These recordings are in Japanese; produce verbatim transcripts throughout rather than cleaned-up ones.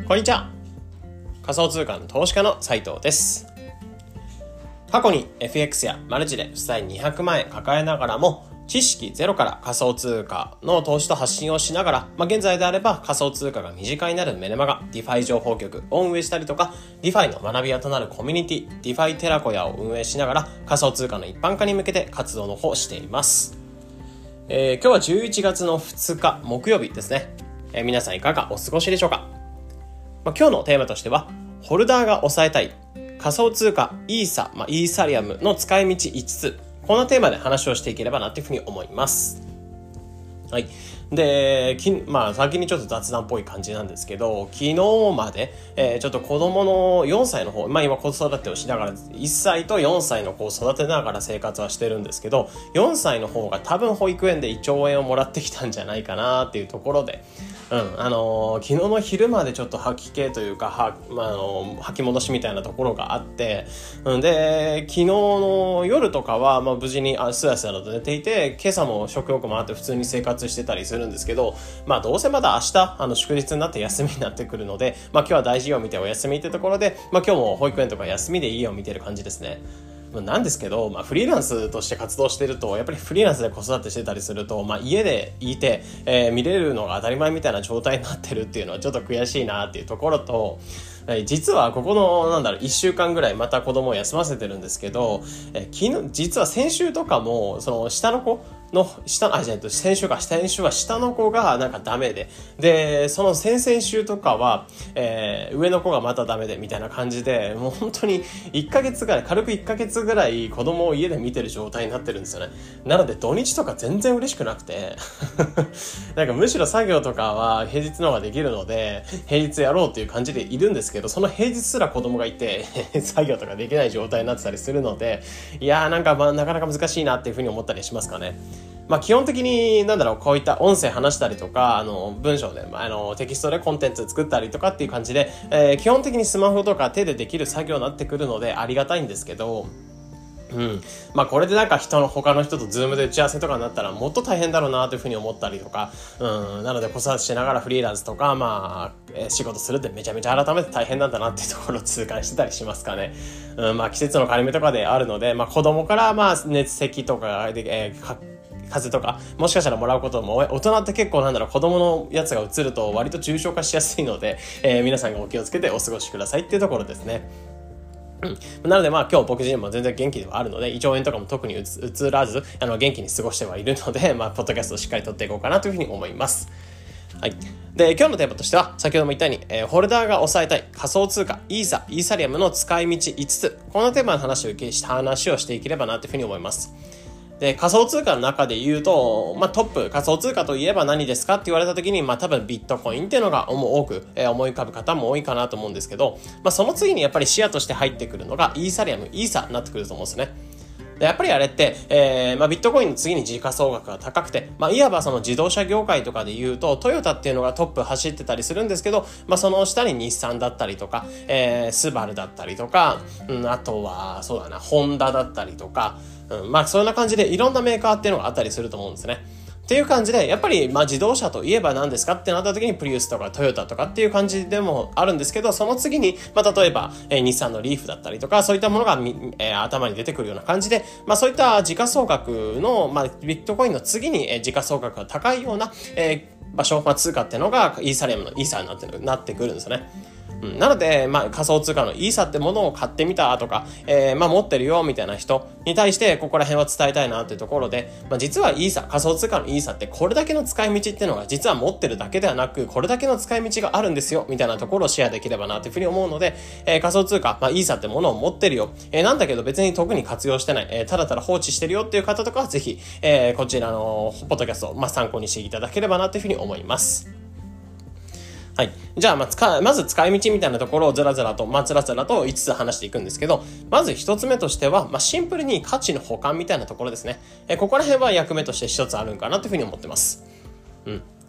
こんにちは。仮想通貨の投資家の斉藤です。過去に エフエックス やマルチで負債にひゃくまんえん抱えながらも知識ゼロから仮想通貨の投資と発信をしながら、まあ、現在であれば仮想通貨が身近になるメルマガ ディファイ 情報局を運営したりとか、 ディファイ の学び屋となるコミュニティ ディファイ 寺子屋を運営しながら仮想通貨の一般化に向けて活動の方をしています。えー、今日はじゅういちがつのふつか木曜日ですね。えー、皆さんいかがお過ごしでしょうか。まあ、今日のテーマとしては、ホルダーが抑えたい仮想通貨イーサ、まあ、イーサリアムの使い道いつつ、このテーマで話をしていければなというふうに思います。はい。で、きまあ先にちょっと雑談っぽい感じなんですけど、昨日まで、えー、ちょっと子供のよんさいの方、まあ今子育てをしながら、いっさいとよんさいの子を育てながら生活はしてるんですけど、よんさいの方が多分保育園でいちおうえんをもらってきたんじゃないかなっていうところで、うん、あのー、昨日の昼までちょっと吐き気というか、は、まあ、あのー、吐き戻しみたいなところがあって、うん、で、昨日の夜とかは、まあ無事にあスヤスヤと寝ていて、今朝も食欲もあって普通に生活してたりするんですけど、まあどうせまだ明日あの祝日になって休みになってくるので、まあ今日は大事を見てお休みってところで、まあ今日も保育園とか休みでいいよ見てる感じですね。なんですけど、まあ、フリーランスとして活動してると、やっぱりフリーランスで子育てしてたりすると、まあ、家でいて、えー、見れるのが当たり前みたいな状態になってるっていうのはちょっと悔しいなっていうところと、実はここのなんだろういっしゅうかんぐらいまた子供を休ませてるんですけど、えー、昨日実は先週とかもその下の子の下あじゃないと先週か先週は下の子がなんかダメで、でその先々週とかは、えー、上の子がまたダメでみたいな感じで、もう本当にいっかげつぐらい軽くいっかげつぐらい子供を家で見てる状態になってるんですよね。なので土日とか全然嬉しくなくてなんかむしろ作業とかは平日の方ができるので平日やろうっていう感じでいるんですけど、その平日すら子供がいて作業とかできない状態になってたりするので、いやーなんかまあなかなか難しいなっていうふうに思ったりしますかね。まあ基本的になんだろうこういった音声話したりとか、あの文章であのテキストでコンテンツ作ったりとかっていう感じで、えー、基本的にスマホとか手でできる作業になってくるのでありがたいんですけど、うん。まあこれでなんか人の他の人とズームで打ち合わせとかになったらもっと大変だろうなというふうに思ったりとか、うん。なので子育てしながらフリーランスとか、まあ、えー、仕事するってめちゃめちゃ改めて大変なんだなっていうところを痛感してたりしますかね。うん。まあ季節の変わり目とかであるので、まあ子供からまあ熱咳とかで、えー、か風邪とかもしかしたらもらうことも、大人って結構なんだろう子供のやつがうつると割と重症化しやすいので、えー、皆さんがお気をつけてお過ごしくださいっていうところですね。うん、なのでまあ今日僕自身も全然元気ではあるので、胃腸炎とかも特にうつ、うつらずあの元気に過ごしてはいるので、まあポッドキャストをしっかり撮っていこうかなというふうに思います。はい。で、今日のテーマとしては、先ほども言ったように、えー、ホルダーが抑えたい仮想通貨イーサ、イーサリアムの使い道いつつ、このテーマの話をした話をしていければなというふうに思います。で、仮想通貨の中で言うと、まあ、トップ、仮想通貨といえば何ですかって言われた時に、まあ、多分ビットコインっていうのが多く、えー、思い浮かぶ方も多いかなと思うんですけど、まあ、その次にやっぱり視野として入ってくるのがイーサリアム、イーサになってくると思うんですね。でやっぱりあれって、えーまあ、ビットコインの次に時価総額が高くて、まあ、いわばその自動車業界とかで言うとトヨタっていうのがトップ走ってたりするんですけど、まあ、その下に日産だったりとか、えー、スバルだったりとか、うん、あとはそうだなホンダだったりとか、うん、まあそんな感じでいろんなメーカーっていうのがあったりすると思うんですね。っていう感じで、やっぱり、まあ自動車といえば何ですかってなった時にプリウスとかトヨタとかっていう感じでもあるんですけど、その次に、まあ例えば、えー、日産のリーフだったりとか、そういったものが、えー、頭に出てくるような感じで、まあそういった時価総額の、まあビットコインの次に、えー、時価総額が高いような、えー、場所、まあ通貨っていうのがイーサリアムのイーサになって、なってくるんですよね。うん、なので、まあ、仮想通貨のイーサってものを買ってみたとか、えー、まあ、持ってるよみたいな人に対して、ここら辺は伝えたいなっていうところで、まあ、実はイーサ、仮想通貨のイーサってこれだけの使い道っていうのが実は持ってるだけではなく、これだけの使い道があるんですよ、みたいなところをシェアできればなというふうに思うので、えー、仮想通貨、まあ、イーサってものを持ってるよ、えー、なんだけど別に特に活用してない、えー、ただただ放置してるよっていう方とかは、ぜひ、えー、こちらのポッドキャストを、まあ、参考にしていただければなというふうに思います。はい。じゃあ、まあ、使、まず使い道みたいなところをずらずらと、まあ、ずらずらといつつ話していくんですけど、まず一つ目としては、まあ、シンプルに価値の保管みたいなところですね。え、ここら辺は役目として一つあるんかなというふうに思ってます。うん。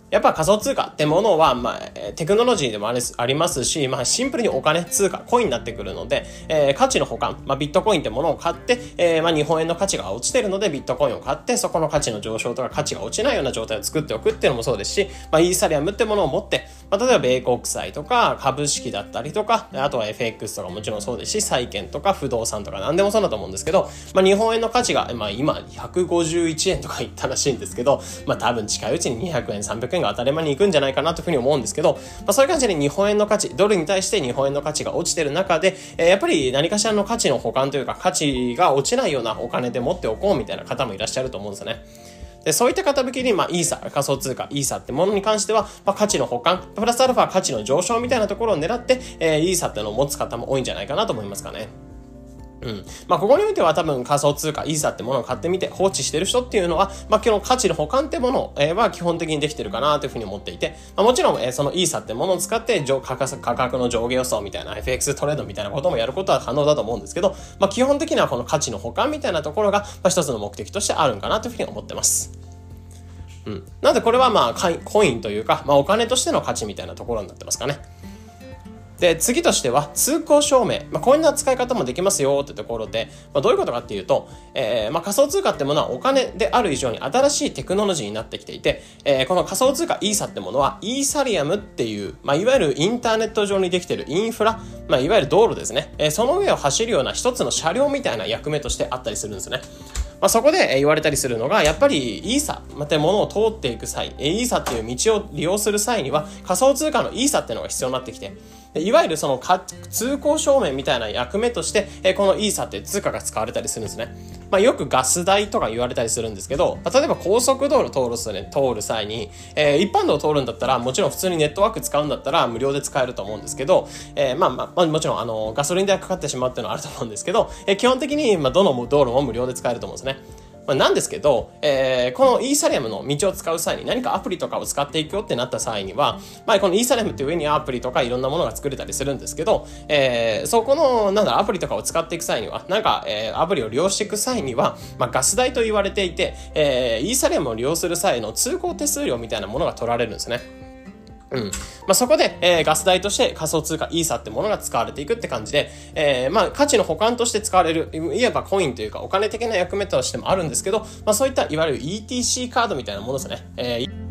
やっぱ仮想通貨ってものは、まあ、テクノロジーでもありますし、まあ、シンプルにお金、通貨、コインになってくるので、えー、価値の保管、まあ、ビットコインってものを買って、えー、まあ、日本円の価値が落ちてるので、ビットコインを買って、そこの価値の上昇とか価値が落ちないような状態を作っておくっていうのもそうですし、まあ、イーサリアムってものを持って、まあ、例えば米国債とか株式だったりとか、あとは エフエックス とかもちろんそうですし、債券とか不動産とか何でもそうだと思うんですけど、まあ、日本円の価値が、まあ、今ひゃくごじゅういちえんとかいったらしいんですけど、まあ、多分近いうちににひゃくえん、さんびゃくえんが当たり前に行くんじゃないかなというふうに思うんですけど、まあ、そういう感じで日本円の価値、ドルに対して日本円の価値が落ちてる中で、えー、やっぱり何かしらの価値の保管というか価値が落ちないようなお金で持っておこうみたいな方もいらっしゃると思うんですよね。でそういった方向けに、まあ、イーサ、仮想通貨、イーサってものに関しては、まあ、価値の保管、プラスアルファ価値の上昇みたいなところを狙って、えー、イーサってのを持つ方も多いんじゃないかなと思いますかね。うん。まあ、ここにおいては多分仮想通貨、イーサってものを買ってみて放置してる人っていうのは、まあ、この価値の保管ってものは基本的にできてるかなというふうに思っていて、まあ、もちろん、えー、そのイーサってものを使って価格の上下予想みたいな エフエックス トレードみたいなこともやることは可能だと思うんですけど、まあ、基本的にはこの価値の保管みたいなところが、まあ、一つの目的としてあるんかなというふうに思ってます。うん。なのでこれはまあコインというか、まあ、お金としての価値みたいなところになってますかね。で、次としては、通行証明。まあ、こんな使い方もできますよってところで、まあ、どういうことかっていうと、えー、まあ、仮想通貨ってものはお金である以上に新しいテクノロジーになってきていて、えー、この仮想通貨イーサってものは、イーサリアムっていう、まあ、いわゆるインターネット上にできているインフラ、まあ、いわゆる道路ですね。えー、その上を走るような一つの車両みたいな役目としてあったりするんですね。まあ、そこで言われたりするのが、やっぱりイーサってものを通っていく際、イーサっていう道を利用する際には、仮想通貨のイーサっていうのが必要になってきて、いわゆるその通行証明みたいな役目として、このイーサっていう通貨が使われたりするんですね。まあ、よくガス代とか言われたりするんですけど、例えば高速道路通る、通る際に、えー、一般道を通るんだったら、もちろん普通にネットワーク使うんだったら無料で使えると思うんですけど、えー、まあまあ、もちろんあの、ガソリン代がかかってしまうっていうのはあると思うんですけど、えー、基本的に、まあ、どの道路も無料で使えると思うんですね。まあ、なんですけど、えー、このイーサリアムの道を使う際に何かアプリとかを使っていくよってなった際には、まあ、このイーサリアムっていう上にアプリとかいろんなものが作れたりするんですけど、えー、そこの、なんだろう、アプリとかを使っていく際には、なんか、えー、アプリを利用していく際には、まあ、ガス代と言われていて、えー、イーサリアムを利用する際の通行手数料みたいなものが取られるんですね。うん。まあ、そこで、えー、ガス代として仮想通貨イーサってものが使われていくって感じで、えー、まあ、価値の保管として使われる、いわばコインというかお金的な役目としてもあるんですけど、まあ、そういったいわゆる イーティーシー カードみたいなものですね。えー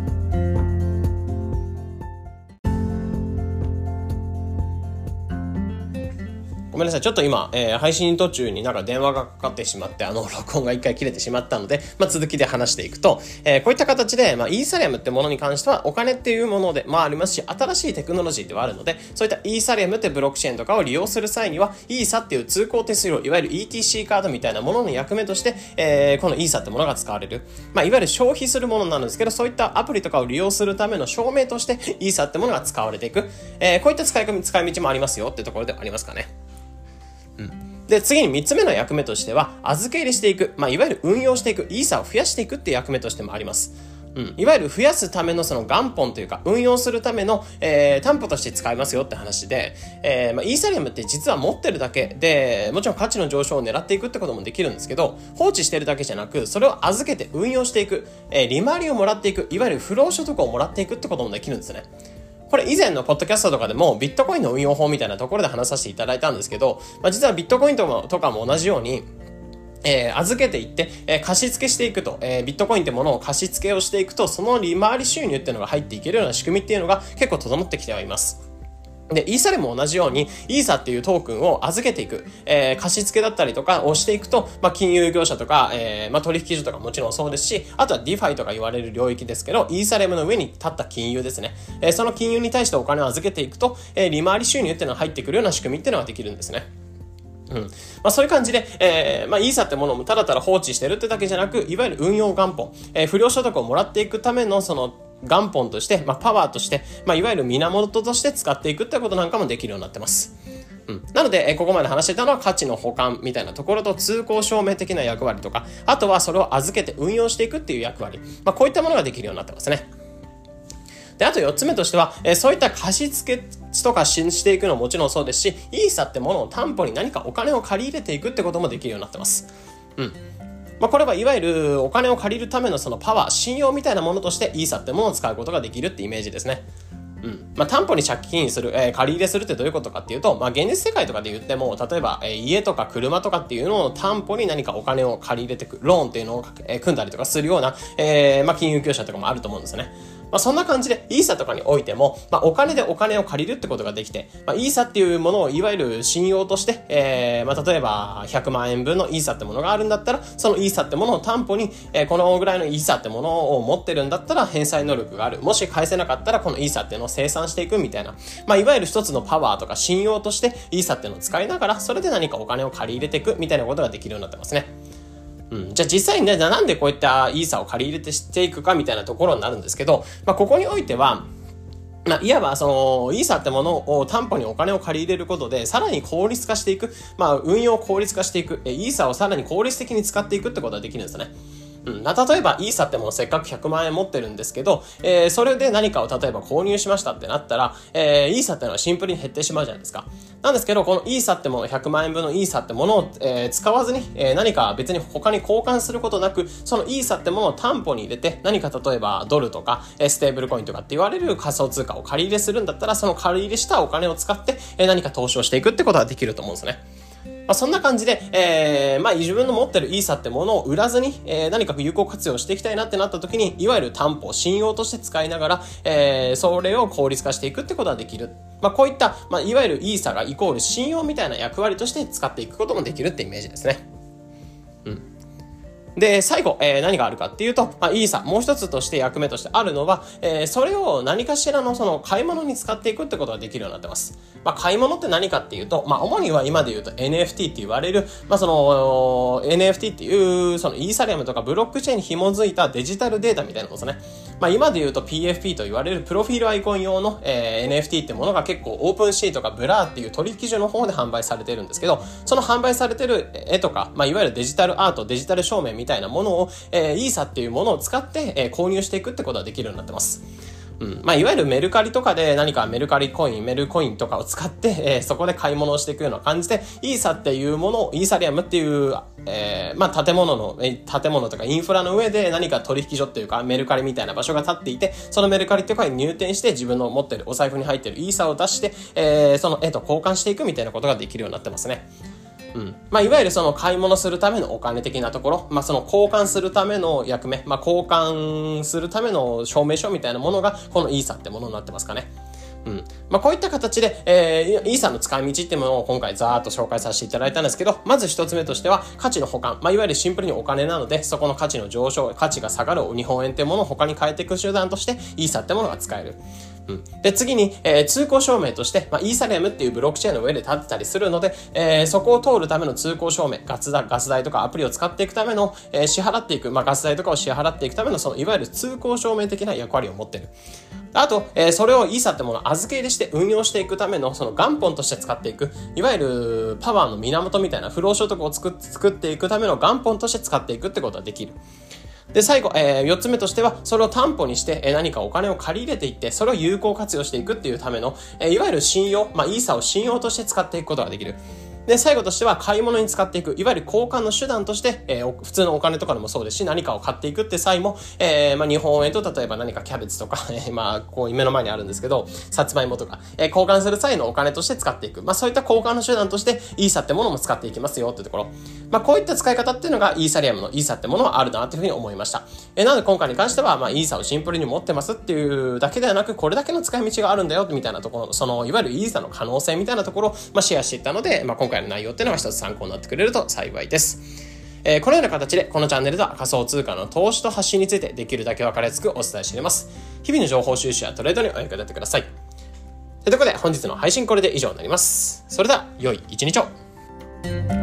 ごめんなさい。ちょっと今、えー、配信途中になんか電話がかかってしまって、あの、録音が一回切れてしまったので、まあ、続きで話していくと、えー、こういった形で、まあ、イーサリアムってものに関しては、お金っていうもので、まあ、ありますし、新しいテクノロジーではあるので、そういったイーサリアムってブロックチェーンとかを利用する際には、イーサっていう通行手数料、いわゆる イーティーシー カードみたいなものの役目として、えー、このイーサってものが使われる。まあ、いわゆる消費するものなんですけど、そういったアプリとかを利用するための証明として、イーサってものが使われていく。えー、こういった使い込み、使い道もありますよってところでありますかね。うん、で次にみっつめの役目としては預け入れしていく、まあ、いわゆる運用していくイーサを増やしていくっていう役目としてもあります。うん、いわゆる増やすためのその元本というか運用するための、えー、担保として使えますよって話で、えーまあ、イーサリアムって実は持ってるだけでもちろん価値の上昇を狙っていくってこともできるんですけど、放置してるだけじゃなくそれを預けて運用していく、えー、利回りをもらっていく、いわゆる不労所得をもらっていくってこともできるんですね。これ以前のポッドキャストとかでもビットコインの運用法みたいなところで話させていただいたんですけど、まあ、実はビットコインとかも、とかも同じようにえー、預けていって、えー、貸し付けしていくと、えー、ビットコインってものを貸し付けをしていくと、その利回り収入っていうのが入っていけるような仕組みっていうのが結構整ってきてはいます。で、イーサリアムも同じように、イーサっていうトークンを預けていく、えー、貸し付けだったりとかをしていくと、まあ、金融業者とか、えー、まあ、取引所とかもちろんそうですし、あとはディファイとか言われる領域ですけど、イーサリアムの上に立った金融ですね。えー、その金融に対してお金を預けていくと、えー、利回り収入っていうのが入ってくるような仕組みっていうのができるんですね。うん。まあそういう感じで、えー、まあイーサってものもただただ放置してるってだけじゃなく、いわゆる運用元本、えー、不良所得をもらっていくためのその元本として、まあパワーとして、まあいわゆる源として使っていくってことなんかもできるようになってます。うん、なので、えー、ここまで話してたのは価値の保管みたいなところと通行証明的な役割とか、あとはそれを預けて運用していくっていう役割、まあこういったものができるようになってますね。で、あとよっつめとしては、えー、そういった貸し付けとかしていくのももちろんそうですし、イーサってものを担保に何かお金を借り入れていくってこともできるようになってます。うん。 まあ、これはいわゆるお金を借りるためのそのパワー、信用みたいなものとしてイーサってものを使うことができるってイメージですね。うん。まあ、担保に借金する、えー、借り入れするってどういうことかっていうと、まあ、現実世界とかで言っても、例えば、えー、家とか車とかっていうのを担保に何かお金を借り入れてく、ローンっていうのを、えー、組んだりとかするような、えー、まあ、金融業者とかもあると思うんですよね。まあ、そんな感じで、イーサとかにおいても、まあ、お金でお金を借りるってことができて、まあ、イーサっていうものをいわゆる信用として、えー、まあ、例えば、ひゃくまんえんぶんのイーサってものがあるんだったら、そのイーサってものを担保に、えー、このぐらいのイーサってものを持ってるんだったら、返済能力がある。もし返せなかったら、このイーサっていうのを生産していくみたいな、まあ、いわゆる一つのパワーとか信用として、イーサっていうのを使いながら、それで何かお金を借り入れていくみたいなことができるようになってますね。うん、じゃあ実際にね、なんでこういったイーサを借り入れてしていくかみたいなところになるんですけど、まあ、ここにおいては、まあ、いわばそのイーサってものを担保にお金を借り入れることでさらに効率化していく、まあ、運用を効率化していく、イーサをさらに効率的に使っていくってことができるんですね。うん、例えばイーサってものせっかくひゃくまんえん持ってるんですけど、えー、それで何かを例えば購入しましたってなったら、えー、イーサってのはシンプルに減ってしまうじゃないですか。なんですけど、このイーサってものひゃくまんえんぶんのイーサってものを、えー、使わずに、えー、何か別に他に交換することなく、そのイーサってものを担保に入れて、何か例えばドルとか、えー、ステーブルコインとかって言われる仮想通貨を借り入れするんだったら、その借り入れしたお金を使って、えー、何か投資をしていくってことができると思うんですね。まあ、そんな感じで、えー、まあ自分の持ってるイーサってものを売らずに、えー、何か有効活用していきたいなってなった時に、いわゆる担保、信用として使いながら、えー、それを効率化していくってことができる。まあこういった、まあいわゆるイーサがイコール信用みたいな役割として使っていくこともできるってイメージですね。うん。で、最後、えー、何があるかっていうと、まあ、イーサ、もう一つとして役目としてあるのは、えー、それを何かしらのその買い物に使っていくってことができるようになってます。まあ、買い物って何かっていうと、まあ、主には今で言うと エヌエフティー って言われる、まあ、その、エヌエフティー っていう、そのイーサリアムとかブロックチェーンに紐づいたデジタルデータみたいなものですね。まあ、今で言うと ピーエフピー と言われるプロフィールアイコン用の、えー、エヌエフティー ってものが結構オープンシーとかブラーっていう取引所の方で販売されてるんですけど、その販売されてる絵とか、まあ、いわゆるデジタルアート、デジタル証明みたいなものをえー、イーサっていうものを使って、えー、購入していくってことができるようになってます。うん。まあ、いわゆるメルカリとかで何かメルカリコイン、メルコインとかを使って、えー、そこで買い物をしていくような感じで、イーサっていうものを、イーサリアムっていう、えー、まあ、建物の、えー、建物とかインフラの上で何か取引所っていうか、メルカリみたいな場所が立っていて、そのメルカリっていうかに入店して自分の持ってるお財布に入ってるイーサを出して、えー、その絵と交換していくみたいなことができるようになってますね。うん。まあ、いわゆるその買い物するためのお金的なところ、まあ、その交換するための役目、まあ、交換するための証明書みたいなものが、このイーサってものになってますかね。うん。まあ、こういった形で、えー、イーサの使い道っていうものを今回ざーっと紹介させていただいたんですけど、まず一つ目としては、価値の保管。まあ、いわゆるシンプルにお金なので、そこの価値の上昇、価値が下がる日本円っていうものを他に変えていく手段として、イーサってものが使える。うん、で、次に、えー、通行証明として、まあ、イーサリアムっていうブロックチェーンの上で立ってたりするので、えー、そこを通るための通行証明、ガス代、ガス代とかアプリを使っていくための、えー、支払っていく、まあ、ガス代とかを支払っていくための、その、いわゆる通行証明的な役割を持っている。あと、えー、それをイーサってものを預け入れして運用していくための、その元本として使っていく、いわゆるパワーの源みたいな不労所得を作っていくための元本として使っていくってことができる。で、最後、えー、四つ目としては、それを担保にして、えー、何かお金を借り入れていって、それを有効活用していくっていうための、えー、いわゆる信用、まあ、イーサを信用として使っていくことができる。で、最後としては買い物に使っていく、いわゆる交換の手段として、えー、普通のお金とかでもそうですし、何かを買っていくって際も、えー、まあ、日本円と例えば何かキャベツとか、えー、まあ、こう目の前にあるんですけど、さつまいもとか、えー、交換する際のお金として使っていく。まあ、そういった交換の手段として、イーサってものも使っていきますよっていうところ。まあ、こういった使い方っていうのが、イーサリアムのイーサってものはあるなというふうに思いました。えー、なので今回に関しては、まあ、イーサをシンプルに持ってますっていうだけではなく、これだけの使い道があるんだよ、みたいなところ、その、いわゆるイーサの可能性みたいなところを、まあ、シェアしていったので、まあ、今回の内容っていうのは一つ参考になってくれると幸いです。えー、このような形でこのチャンネルでは仮想通貨の投資と発信についてできるだけ分かりやすくお伝えしています。日々の情報収集やトレードにお役立てください。ということで本日の配信これで以上になります。それでは良い一日を。